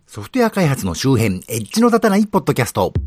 ソフトウェア開発の周辺、エッジの立たないポッドキャスト。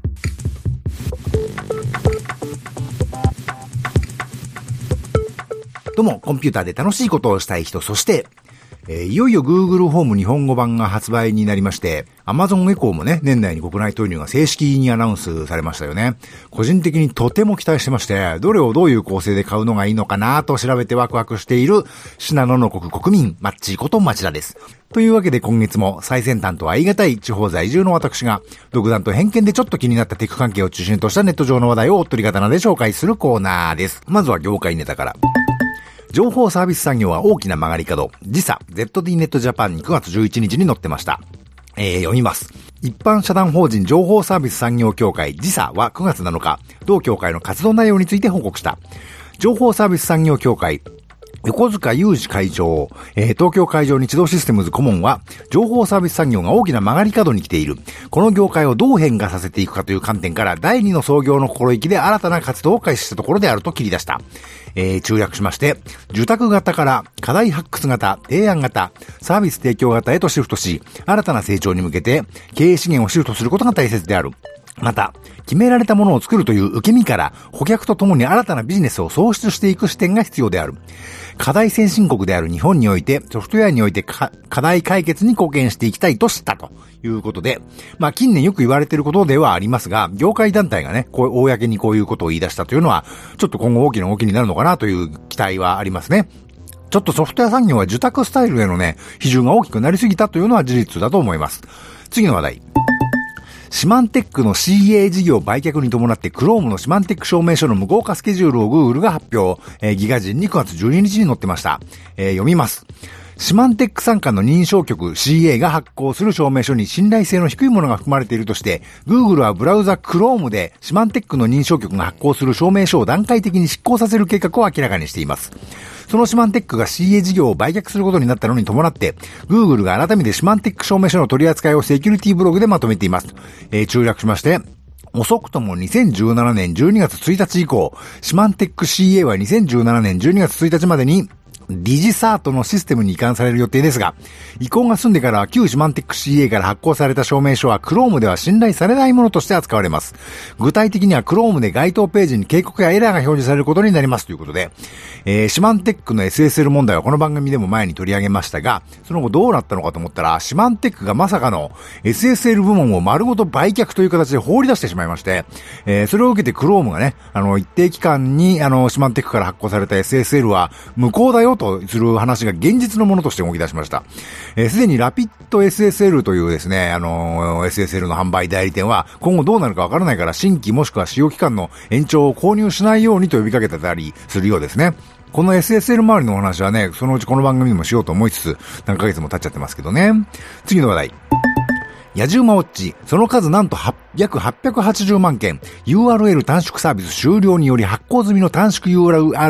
どうも、コンピューターで楽しいことをしたい人、そして、いよいよ Google ホーム日本語版が発売になりまして、Amazon エコーもね、年内に国内投入が正式にアナウンスされましたよね。個人的にとても期待してまして、どれをどういう構成で買うのがいいのかなと調べてワクワクしている、信濃の国民、マッチーこと町田です。というわけで今月も最先端とは言い難い地方在住の私が、独断と偏見でちょっと気になったテック関係を中心としたネット上の話題をおっとり刀で紹介するコーナーです。まずは業界ネタから。情報サービス産業は大きな曲がり角。時差 ZD ネットジャパンに9月11日に載ってました。読みます。一般社団法人情報サービス産業協会時差は9月7日、同協会の活動内容について報告した。情報サービス産業協会横塚裕二会長、東京海上日動システムズ顧問は、情報サービス産業が大きな曲がり角に来ている。この業界をどう変化させていくかという観点から、第2の創業の心意気で新たな活動を開始したところであると切り出した。中略しまして、受託型から課題発掘型、提案型、サービス提供型へとシフトし、新たな成長に向けて、経営資源をシフトすることが大切である。また、決められたものを作るという受け身から、顧客と共に新たなビジネスを創出していく視点が必要である。課題先進国である日本において、ソフトウェアにおいて課題解決に貢献していきたいとしたということで、近年よく言われていることではありますが、業界団体がね、公にこういうことを言い出したというのは、ちょっと今後大きな動きになるのかなという期待はありますね。ちょっとソフトウェア産業は受託スタイルへのね、比重が大きくなりすぎたというのは事実だと思います。次の話題。シマンテックの CA 事業売却に伴って Chrome のシマンテック証明書の無効化スケジュールを Google が発表。ギガ人に9月12日に載ってました。読みます。シマンテック傘下の認証局 CA が発行する証明書に信頼性の低いものが含まれているとして、Google はブラウザ Chrome でシマンテックの認証局が発行する証明書を段階的に執行させる計画を明らかにしています。そのシマンテックが CA 事業を売却することになったのに伴って、Google が改めてシマンテック証明書の取り扱いをセキュリティブログでまとめています。中略しまして、遅くとも2017年12月1日以降、シマンテック CA は2017年12月1日までに、ディジサートのシステムに移管される予定ですが、移行が済んでから旧シマンテック CA から発行された証明書は Chrome では信頼されないものとして扱われます。具体的には Chrome で該当ページに警告やエラーが表示されることになりますということで、シマンテックの SSL 問題はこの番組でも前に取り上げましたが、その後どうなったのかと思ったら、シマンテックがまさかの SSL 部門を丸ごと売却という形で放り出してしまいまして、それを受けて Chrome がね、一定期間にシマンテックから発行された SSL は無効だよとする話が現実のものとして動き出しました。すでにラピッド SSL というですね、SSL の販売代理店は今後どうなるかわからないから新規もしくは使用期間の延長を購入しないようにと呼びかけてたりするようですね。この SSL 周りのお話はね、そのうちこの番組でもしようと思いつつ、何ヶ月も経っちゃってますけどね。次の話題。野獣マウォッチ、その数なんと約880万件、URL 短縮サービス終了により発行済みの短縮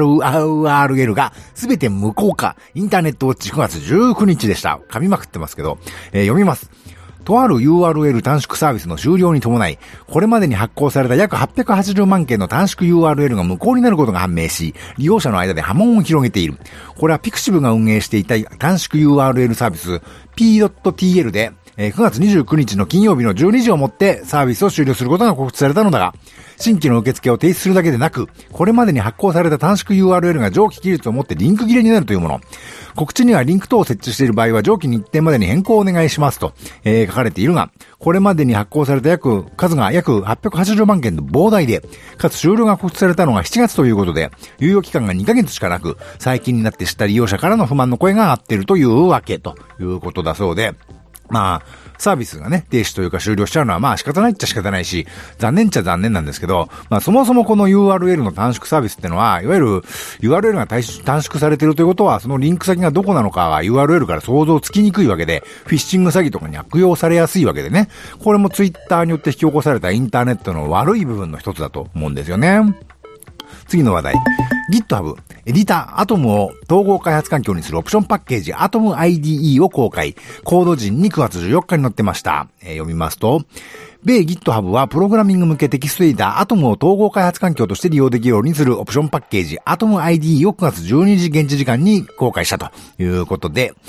URL がすべて無効化。インターネットウォッチ9月19日でした。噛みまくってますけど、読みます。とある URL 短縮サービスの終了に伴い、これまでに発行された約880万件の短縮 URL が無効になることが判明し、利用者の間で波紋を広げている。これは Pixiv が運営していた短縮 URL サービス P.tl で、9月29日の金曜日の12時をもってサービスを終了することが告知されたのだが、新規の受付を停止するだけでなく、これまでに発行された短縮 URL が上記期日をもってリンク切れになるというもの。告知にはリンク等を設置している場合は上記日程までに変更をお願いしますと、書かれているが、これまでに発行された数が約880万件と膨大で、かつ終了が告知されたのが7月ということで、猶予期間が2ヶ月しかなく、最近になって知った利用者からの不満の声が上がっているというわけということだそうで、サービスがね、停止というか終了しちゃうのは仕方ないっちゃ仕方ないし、残念っちゃ残念なんですけど、そもそもこの URL の短縮サービスってのは、いわゆる URL が短縮されているということは、そのリンク先がどこなのかは URL から想像つきにくいわけで、フィッシング詐欺とかに悪用されやすいわけでね、これもツイッターによって引き起こされたインターネットの悪い部分の一つだと思うんですよね。次の話題。GitHub、エディター、アトムを統合開発環境にするオプションパッケージ、アトム IDE を公開。コード陣に9月14日に載ってました。読みますと、米 GitHub はプログラミング向けテキストエディター、アトムを統合開発環境として利用できるようにするオプションパッケージ、アトム IDE を9月12日現地時間に公開したということで、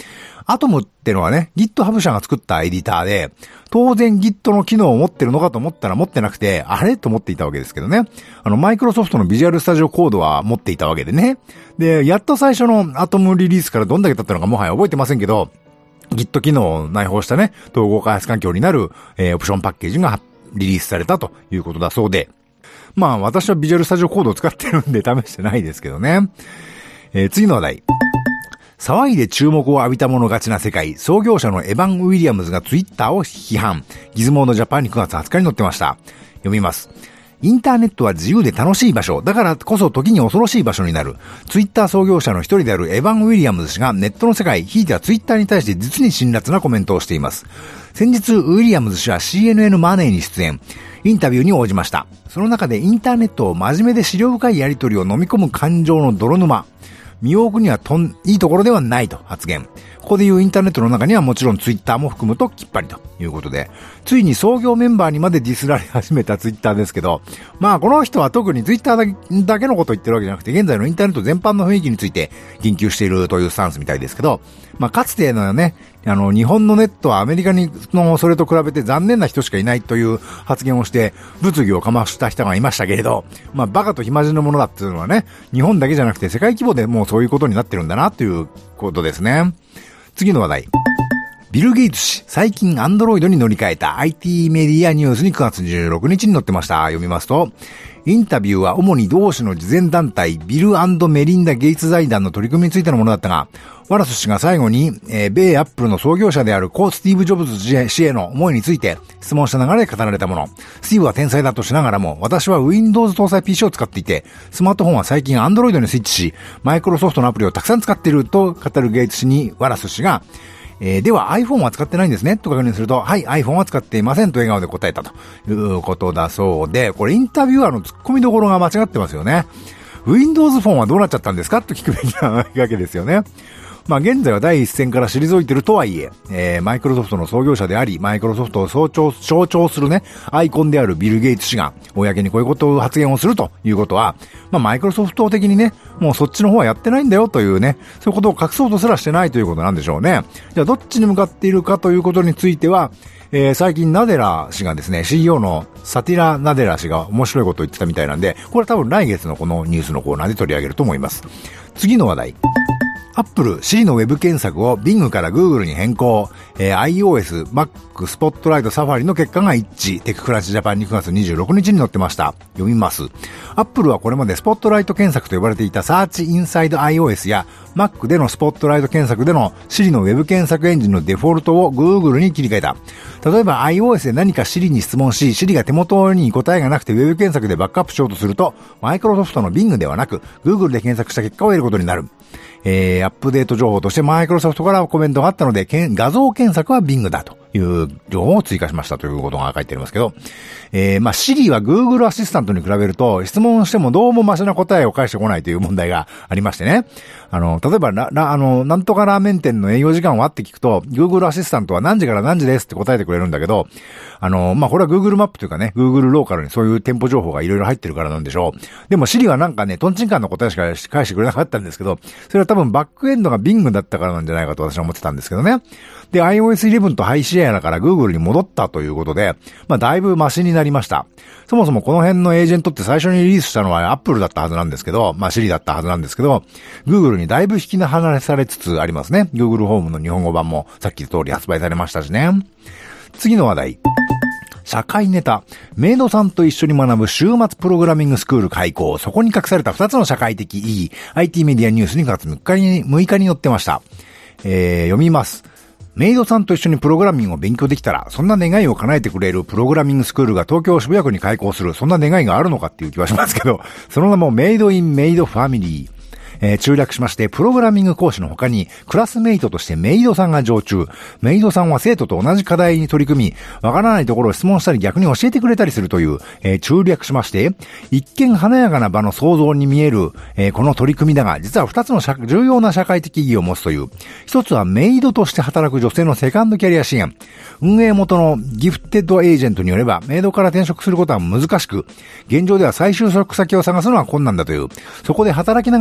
アトムってのはね、GitHub 社が作ったエディターで、当然 Git の機能を持ってるのかと思ったら持ってなくて、あれと思っていたわけですけどね。マイクロソフトのビジュアルスタジオコードは持っていたわけでね。で、やっと最初のアトムリリースからどんだけ経ったのかもはや覚えてませんけど、Git 機能を内包したね、統合開発環境になる、オプションパッケージがリリースされたということだそうで。まあ私はビジュアルスタジオコードを使ってるんで試してないですけどね。次の話題。騒いで注目を浴びたもの勝ちな世界、創業者のエヴァン・ウィリアムズがツイッターを批判。ギズモードジャパンに9月20日に載ってました。読みます。インターネットは自由で楽しい場所。だからこそ時に恐ろしい場所になる。ツイッター創業者の一人であるエヴァン・ウィリアムズ氏がネットの世界、ひいてはツイッターに対して実に辛辣なコメントをしています。先日、ウィリアムズ氏は CNN マネーに出演。インタビューに応じました。その中でインターネットを真面目で資料深いやり取りを飲み込む感情の泥沼。身を置くにはいいところではないと発言。ここでいうインターネットの中にはもちろんツイッターも含むときっぱりということで、ついに創業メンバーにまでディスられ始めたツイッターですけど、まあこの人は特にツイッターだけのことを言ってるわけじゃなくて、現在のインターネット全般の雰囲気について言及しているというスタンスみたいですけど、まあかつてのね、日本のネットはアメリカのそれと比べて残念な人しかいないという発言をして物議をかました人がいましたけれど、まあバカと暇人のものだっていうのはね、日本だけじゃなくて世界規模でもうそういうことになってるんだなということですね。次の話題。ビル・ゲイツ氏、最近アンドロイドに乗り換えた IT メディアニュースに9月26日に載ってました。読みますと、インタビューは主に同種の慈善団体ビル&メリンダ・ゲイツ財団の取り組みについてのものだったが、ワラス氏が最後に、米アップルの創業者であるスティーブ・ジョブズ氏への思いについて質問した流れで語られたもの。スティーブは天才だとしながらも、私は Windows 搭載 PC を使っていて、スマートフォンは最近 Android にスイッチし、マイクロソフトのアプリをたくさん使っていると語るゲイツ氏にワラス氏が、では iPhone は使ってないんですねと確認すると、はい、iPhone は使っていませんと笑顔で答えたということだそうで、これインタビュアーの突っ込みどころが間違ってますよね。Windows フォンはどうなっちゃったんですかと聞くべきなわけですよね。まあ現在は第一線から退いているとはいえ、マイクロソフトの創業者であり、マイクロソフトを象徴するね、アイコンであるビル・ゲイツ氏が、公にこういうことを発言をするということは、まあマイクロソフト的にね、もうそっちの方はやってないんだよというね、そういうことを隠そうとすらしてないということなんでしょうね。じゃあどっちに向かっているかということについては、最近ナデラ氏がですね、CEO のサティラ・ナデラ氏が面白いことを言ってたみたいなんで、これ多分来月のこのニュースのコーナーで取り上げると思います。次の話題。アップル、Siri のウェブ検索を Bing から Google に変更。iOS、Mac、Spotlight、Safari の結果が一致。テッククランチジャパンに9月26日に載ってました。読みます。アップルはこれまで Spotlight 検索と呼ばれていた Search Inside iOS や Mac での Spotlight 検索での Siri のウェブ検索エンジンのデフォルトを Google に切り替えた。例えば iOS で何か Siri に質問し、Siri が手元に答えがなくてウェブ検索でバックアップしようとすると、マイクロソフトの Bing ではなく Google で検索した結果を得ることになる。アップデート情報としてマイクロソフトからコメントがあったので、画像検索は Bing だという情報を追加しましたということが書いてありますけど、まあ、Siri は Google アシスタントに比べると、質問してもどうもマシな答えを返してこないという問題がありましてね。例えば、なんとかラーメン店の営業時間はって聞くと、Google アシスタントは何時から何時ですって答えてくれるんだけど、まあ、これは Google マップというかね、Google ローカルにそういう店舗情報がいろいろ入ってるからなんでしょう。でも Siri はなんかね、トンチンカンの答えしか返してくれなかったんですけど、それは多分バックエンドが Bing だったからなんじゃないかと私は思ってたんですけどね。で、iOS 11とハイシェアだから Google に戻ったということで、まあ、だいぶマシになりました。そもそもこの辺のエージェントって最初にリリースしたのは Apple だったはずなんですけど、まあ、Siri だったはずなんですけど、Google にだいぶ引き離されつつありますね。Google ホームの日本語版もさっき言った通り発売されましたしね。次の話題。社会ネタ。メイドさんと一緒に学ぶ週末プログラミングスクール開講。そこに隠された2つの社会的意義。IT メディアニュースに9月6日に載ってました。読みます。メイドさんと一緒にプログラミングを勉強できたら、そんな願いを叶えてくれるプログラミングスクールが東京渋谷区に開校する、そんな願いがあるのかっていう気はしますけど、その名もメイドインメイドファミリー。中略しまして、プログラミング講師の他に、クラスメイトとしてメイドさんが常駐。メイドさんは生徒と同じ課題に取り組み、わからないところを質問したり逆に教えてくれたりするという、中略しまして、一見華やかな場の創造に見える、この取り組みだが、実は2つの重要な社会的意義を持つという。一つはメイドとして働く女性のセカンドキャリア支援。運営元のギフテッドエージェントによれば、メイドから転職することは難しく、現状では再就職先を探すのは困難だという。そこで働きながらプログラ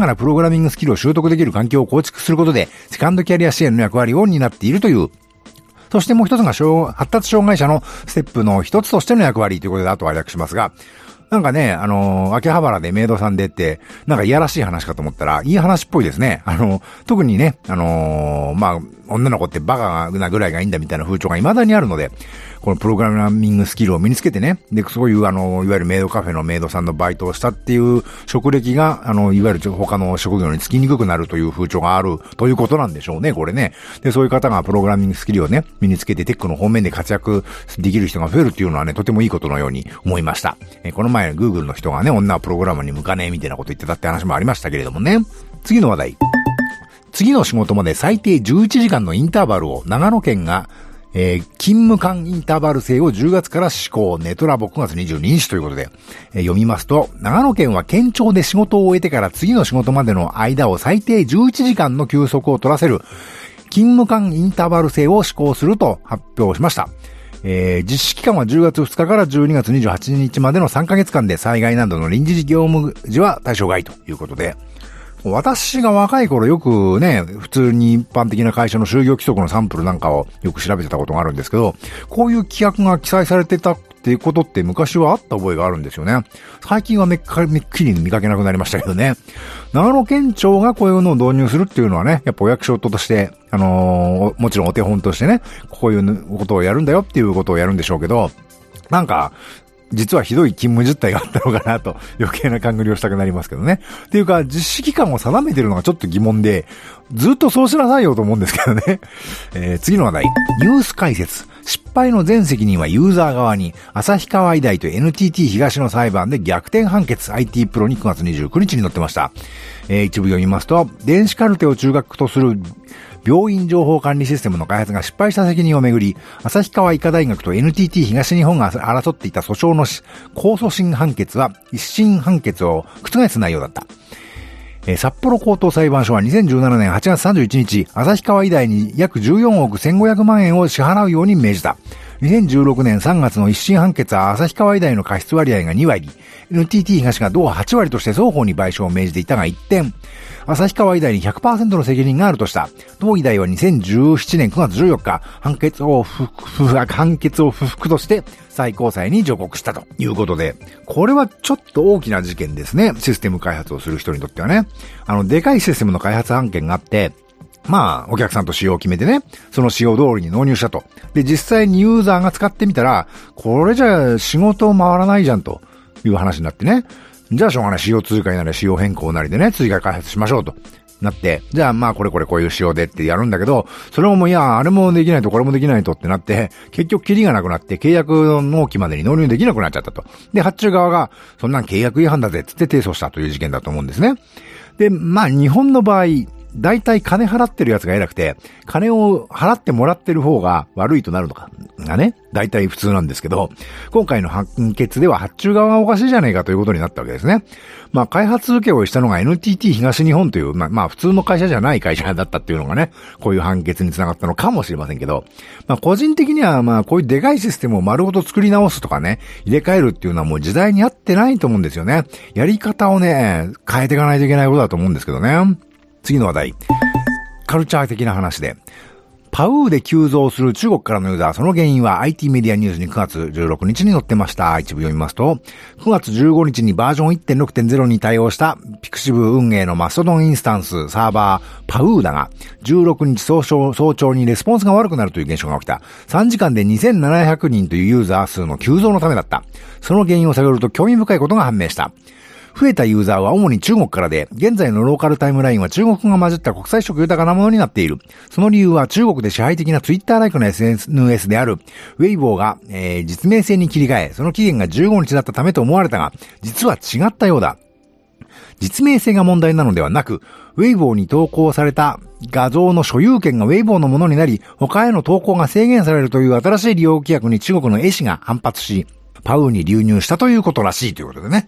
ラミングスキルを習得できる環境を構築することで、セカンドキャリア支援の役割を担っているという。そしてもう一つが発達障害者のステップの一つとしての役割ということで、あとは略しますが、なんかね、秋葉原でメイドさんでって、なんかいやらしい話かと思ったら、いい話っぽいですね。特にね、女の子ってバカなぐらいがいいんだみたいな風潮が未だにあるので、このプログラミングスキルを身につけてね、で、そういういわゆるメイドカフェのメイドさんのバイトをしたっていう職歴が、いわゆる他の職業に就きにくくなるという風潮があるということなんでしょうね、これね。で、そういう方がプログラミングスキルをね、身につけてテックの方面で活躍できる人が増えるっていうのはね、とてもいいことのように思いました。この前、Google の人がね、女はプログラマーに向かねえみたいなこと言ってたって話もありましたけれどもね。次の話題。次の仕事まで最低11時間のインターバルを長野県が勤務間インターバル制を10月から施行、ネトラボ9月22日ということで、読みますと、長野県は県庁で仕事を終えてから次の仕事までの間を最低11時間の休息を取らせる、勤務間インターバル制を施行すると発表しました。実施期間は10月2日から12月28日までの3ヶ月間で災害などの臨時業務時は対象外ということで、私が若い頃よくね、普通に一般的な会社の就業規則のサンプルなんかをよく調べてたことがあるんですけど、こういう規約が記載されてたっていうことって昔はあった覚えがあるんですよね。最近はめっきり見かけなくなりましたけどね。長野県庁がこういうのを導入するっていうのはね、やっぱお役所として、もちろんお手本としてね、こういうことをやるんだよっていうことをやるんでしょうけど、なんか、実はひどい勤務実態があったのかなと余計な勘繰りをしたくなりますけどね。っていうか、実施期間を定めてるのがちょっと疑問で、ずっとそうしなさいよと思うんですけどね。次の話題。ニュース解説。失敗の全責任はユーザー側に、旭川医大と NTT 東の裁判で逆転判決 IT プロに9月29日に載ってました。一部読みますと、電子カルテを中核とする病院情報管理システムの開発が失敗した責任をめぐり、旭川医科大学と NTT 東日本が争っていた訴訟の控訴審判決は一審判決を覆す内容だった。札幌高等裁判所は2017年8月31日、旭川医大に約14億1500万円を支払うように命じた。2016年3月の一審判決は旭川医大の過失割合が2割、NTT 東が同8割として双方に賠償を命じていたが一転、旭川医大に 100% の責任があるとした。同医大は2017年9月14日、判決を不服として最高裁に上告したということで、これはちょっと大きな事件ですね。システム開発をする人にとってはね。でかいシステムの開発案件があって、お客さんと仕様を決めてね、その仕様通りに納入したと。で、実際にユーザーが使ってみたら、これじゃ仕事回らないじゃんという話になってね。じゃあしょうがない。仕様追加になり仕様変更なりでね、追加開発しましょうとなって、じゃあこれこういう仕様でってやるんだけど、それもいや、あれもできないとこれもできないとってなって、結局キリがなくなって契約納期までに納入できなくなっちゃったと。で、発注側が、そんなん契約違反だぜって提訴したという事件だと思うんですね。で、日本の場合、大体金払ってるやつが偉くて、金を払ってもらってる方が悪いとなるのかがね、大体普通なんですけど、今回の判決では発注側がおかしいじゃねえかということになったわけですね。開発請負をしたのが NTT 東日本という、普通の会社じゃない会社だったっていうのがね、こういう判決につながったのかもしれませんけど、個人的にはこういうでかいシステムを丸ごと作り直すとかね、入れ替えるっていうのはもう時代に合ってないと思うんですよね。やり方をね、変えていかないといけないことだと思うんですけどね。次の話題。カルチャー的な話で。パウーで急増する中国からのユーザー、その原因は IT メディアニュースに9月16日に載ってました。一部読みますと、9月15日にバージョン 1.6.0 に対応したピクシブ運営のマストドンインスタンスサーバーパウーだが、16日早朝にレスポンスが悪くなるという現象が起きた。3時間で2700人というユーザー数の急増のためだった。その原因を探ると興味深いことが判明した。増えたユーザーは主に中国からで、現在のローカルタイムラインは中国語が混じった国際色豊かなものになっている。その理由は中国で支配的なツイッターライクの SNS であるウェイボーが、実名制に切り替え、その期限が15日だったためと思われたが、実は違ったようだ。実名制が問題なのではなく、ウェイボーに投稿された画像の所有権がウェイボーのものになり、他への投稿が制限されるという新しい利用規約に中国の絵師が反発し、パウーに流入したということらしいということでね。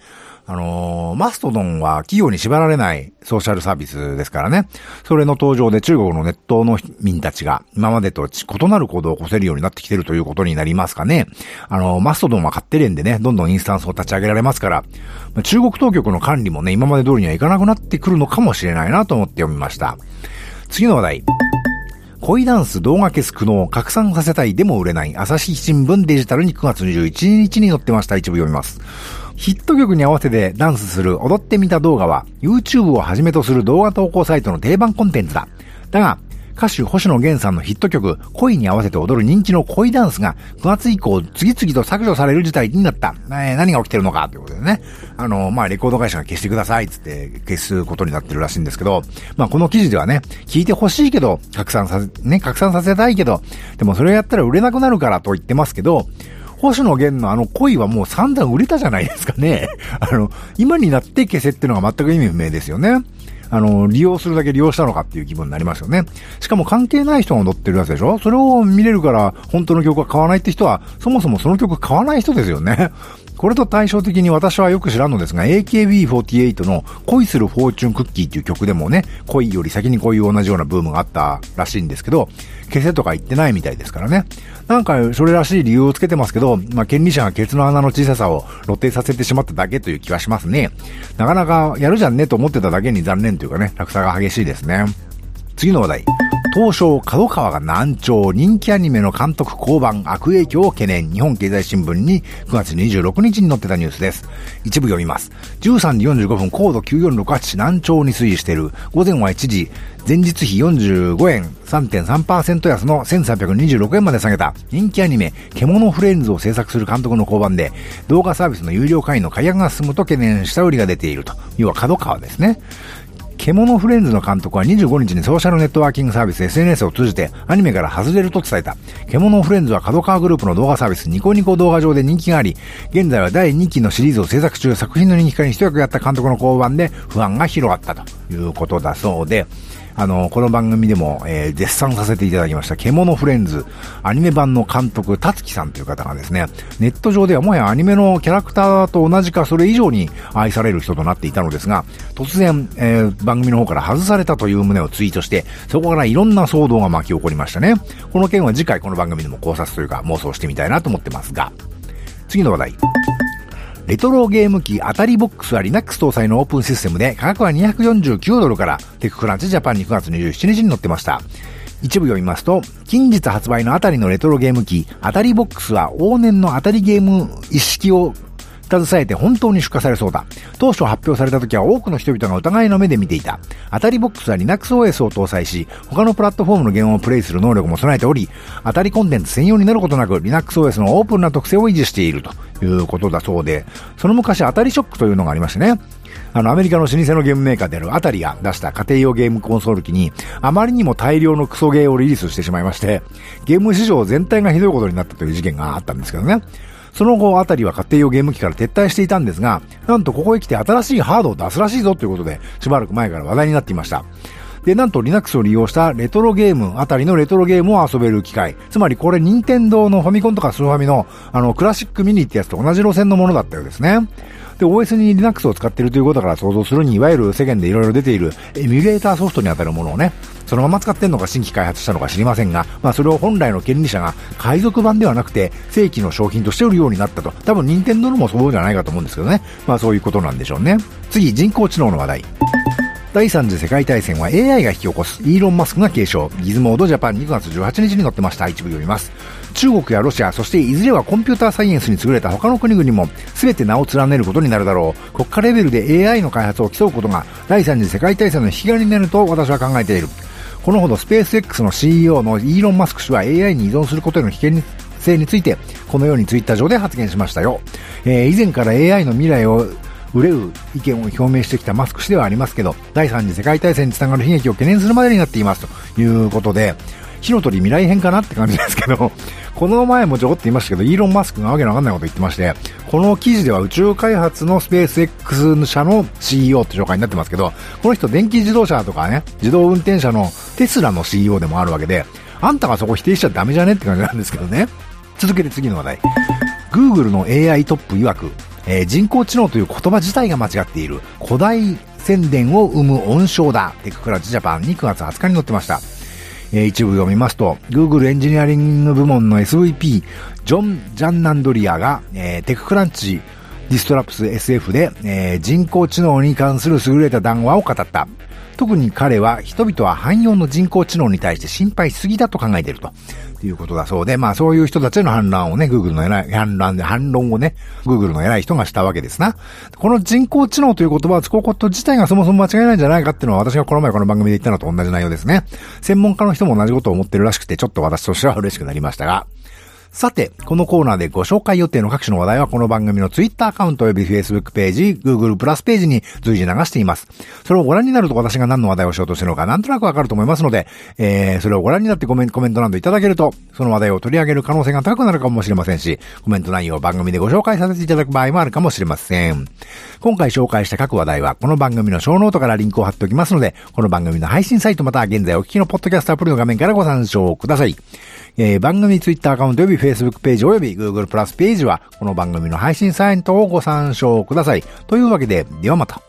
マストドンは企業に縛られないソーシャルサービスですからね。それの登場で中国のネットの民たちが今までと異なる行動を起こせるようになってきてるということになりますかね。マストドンは勝手連でね、どんどんインスタンスを立ち上げられますから、中国当局の管理もね、今まで通りにはいかなくなってくるのかもしれないなと思って読みました。次の話題。恋ダンス動画消す苦悩拡散させたいでも売れない朝日新聞デジタルに9月21日に載ってました。一部読みます。ヒット曲に合わせてダンスする踊ってみた動画は YouTube をはじめとする動画投稿サイトの定番コンテンツだ。だが、歌手星野源さんのヒット曲恋に合わせて踊る人気の恋ダンスが9月以降次々と削除される事態になった。何が起きてるのかということでね。レコード会社が消してくださいっつって消すことになってるらしいんですけど、この記事ではね、聞いてほしいけど拡散させたいけど、でもそれをやったら売れなくなるからと言ってますけど、星野源の恋はもう散々売れたじゃないですかね。今になって消せっていうのが全く意味不明ですよね。利用するだけ利用したのかっていう気分になりますよね。しかも関係ない人が踊ってるやつでしょ？それを見れるから本当の曲は買わないって人は、そもそもその曲買わない人ですよね。これと対照的に私はよく知らんのですが、AKB48 の恋するフォーチュンクッキーっていう曲でもね、恋より先にこういう同じようなブームがあったらしいんですけど、消せとか言ってないみたいですからね。なんかそれらしい理由をつけてますけど、権利者がケツの穴の小ささを露呈させてしまっただけという気はしますね。なかなかやるじゃんねと思ってただけに残念というかね、落差が激しいですね。次の話題。東証角川が難聴、人気アニメの監督降板悪影響を懸念。日本経済新聞に9月26日に載ってたニュースです。一部読みます。13時45分高度9468難聴に推移している。午前は一時前日比45円 3.3% 安の1326円まで下げた人気アニメ獣フレンズを制作する監督の降板で、動画サービスの有料会員の解約が進むと懸念した売りが出ていると。要は角川ですね。獣フレンズの監督は25日にソーシャルネットワーキングサービス SNS を通じてアニメから外れると伝えた。獣フレンズは角川グループの動画サービスニコニコ動画上で人気があり、現在は第2期のシリーズを制作中、作品の人気化に一役やった監督の降板で不安が広がったということだそうで、この番組でも、絶賛させていただきました獣フレンズアニメ版の監督たつきさんという方がですね、ネット上ではもはやアニメのキャラクターと同じかそれ以上に愛される人となっていたのですが、突然、番組の方から外されたという旨をツイートして、そこからいろんな騒動が巻き起こりましたね。この件は次回この番組でも考察というか妄想してみたいなと思ってますが、次の話題。レトロゲーム機当たりボックスは Linux 搭載のオープンシステムで価格は249ドルからテッククランチジャパンに9月27日に載ってました。一部読みますと、近日発売のあたりのレトロゲーム機当たりボックスは往年の当たりゲーム一式を携えて本当に出荷されそうだ。当初発表された時は多くの人々が疑いの目で見ていた。当たりボックスは Linux OS を搭載し、他のプラットフォームのゲームをプレイする能力も備えており、当たりコンテンツ専用になることなく Linux OS のオープンな特性を維持しているということだそうで、その昔当たりショックというのがありましてね。アメリカの老舗のゲームメーカーであるアタリが出した家庭用ゲームコンソール機にあまりにも大量のクソゲーをリリースしてしまいまして、ゲーム市場全体がひどいことになったという事件があったんですけどね。その後、あたりは家庭用ゲーム機から撤退していたんですが、なんとここへ来て新しいハードを出すらしいぞということで、しばらく前から話題になっていました。で、なんと Linux を利用したレトロゲーム、あたりのレトロゲームを遊べる機械。つまりこれ、任天堂のファミコンとかスーファミの、クラシックミニってやつと同じ路線のものだったようですね。で、OS に Linux を使っているということから想像するに、いわゆる世間でいろいろ出ているエミュレーターソフトにあたるものをね、そのまま使ってんのか新規開発したのか知りませんが、それを本来の権利者が海賊版ではなくて正規の商品として売るようになったと。多分任天堂のもそうじゃないかと思うんですけどね。そういうことなんでしょうね。次、人工知能の話題。第3次世界大戦は AI が引き起こす。イーロン・マスクが継承。ギズモードジャパン2月18日に載ってました。一部読みます。中国やロシア、そしていずれはコンピューターサイエンスに優れた他の国々も全て名を連ねることになるだろう。国家レベルで AI の開発を競うことが第3次世界大戦の引き金になると私は考えている。このほどスペース X の CEO のイーロン・マスク氏は AI に依存することへの危険性についてこのようにツイッター上で発言しましたよ。以前から AI の未来を憂う意見を表明してきたマスク氏ではありますけど、第3次世界大戦につながる悲劇を懸念するまでになっていますということで、火の鳥未来編かなって感じですけど、この前もちょこっと言いましたけど、イーロン・マスクがわけのわかんないこと言ってまして、この記事では宇宙開発のスペース X 社の CEO って紹介になってますけど、この人電気自動車とかね、自動運転車のテスラの CEO でもあるわけで、あんたがそこ否定しちゃダメじゃねって感じなんですけどね。続けて次の話題。Google の AI トップ曰く、 人工知能という言葉自体が間違っている。古代宣伝を生む温床だ。テッククランチジャパンに9月20日に載ってました。一部読みますと、Google エンジニアリング部門の SVP、ジョン・ジャンナンドリアが、テッククランチディストラップス SF で、人工知能に関する優れた談話を語った。特に彼は人々は汎用の人工知能に対して心配しすぎだと考えているということだそうで、そういう人たちの反論をね、Google の反論をね、Google の偉い人がしたわけですな。この人工知能という言葉を使うこと自体がそもそも間違いないんじゃないかっていうのは私がこの前この番組で言ったのと同じ内容ですね。専門家の人も同じことを思ってるらしくて、ちょっと私としては嬉しくなりましたが。さて、このコーナーでご紹介予定の各種の話題はこの番組の Twitter アカウント及び Facebook ページ、Google プラスページに随時流しています。それをご覧になると私が何の話題をしようとしているのかなんとなくわかると思いますので、それをご覧になってコメントなどいただけると、その話題を取り上げる可能性が高くなるかもしれませんし、コメント内容を番組でご紹介させていただく場合もあるかもしれません。今回紹介した各話題はこの番組のショーノートからリンクを貼っておきますので、この番組の配信サイトまたは現在お聞きのポッドキャストアプリの画面からご参照ください。番組 Twitter アカウント及び Facebook ページ及び Google プラスページはこの番組の配信サイトをご参照ください。というわけで、ではまた。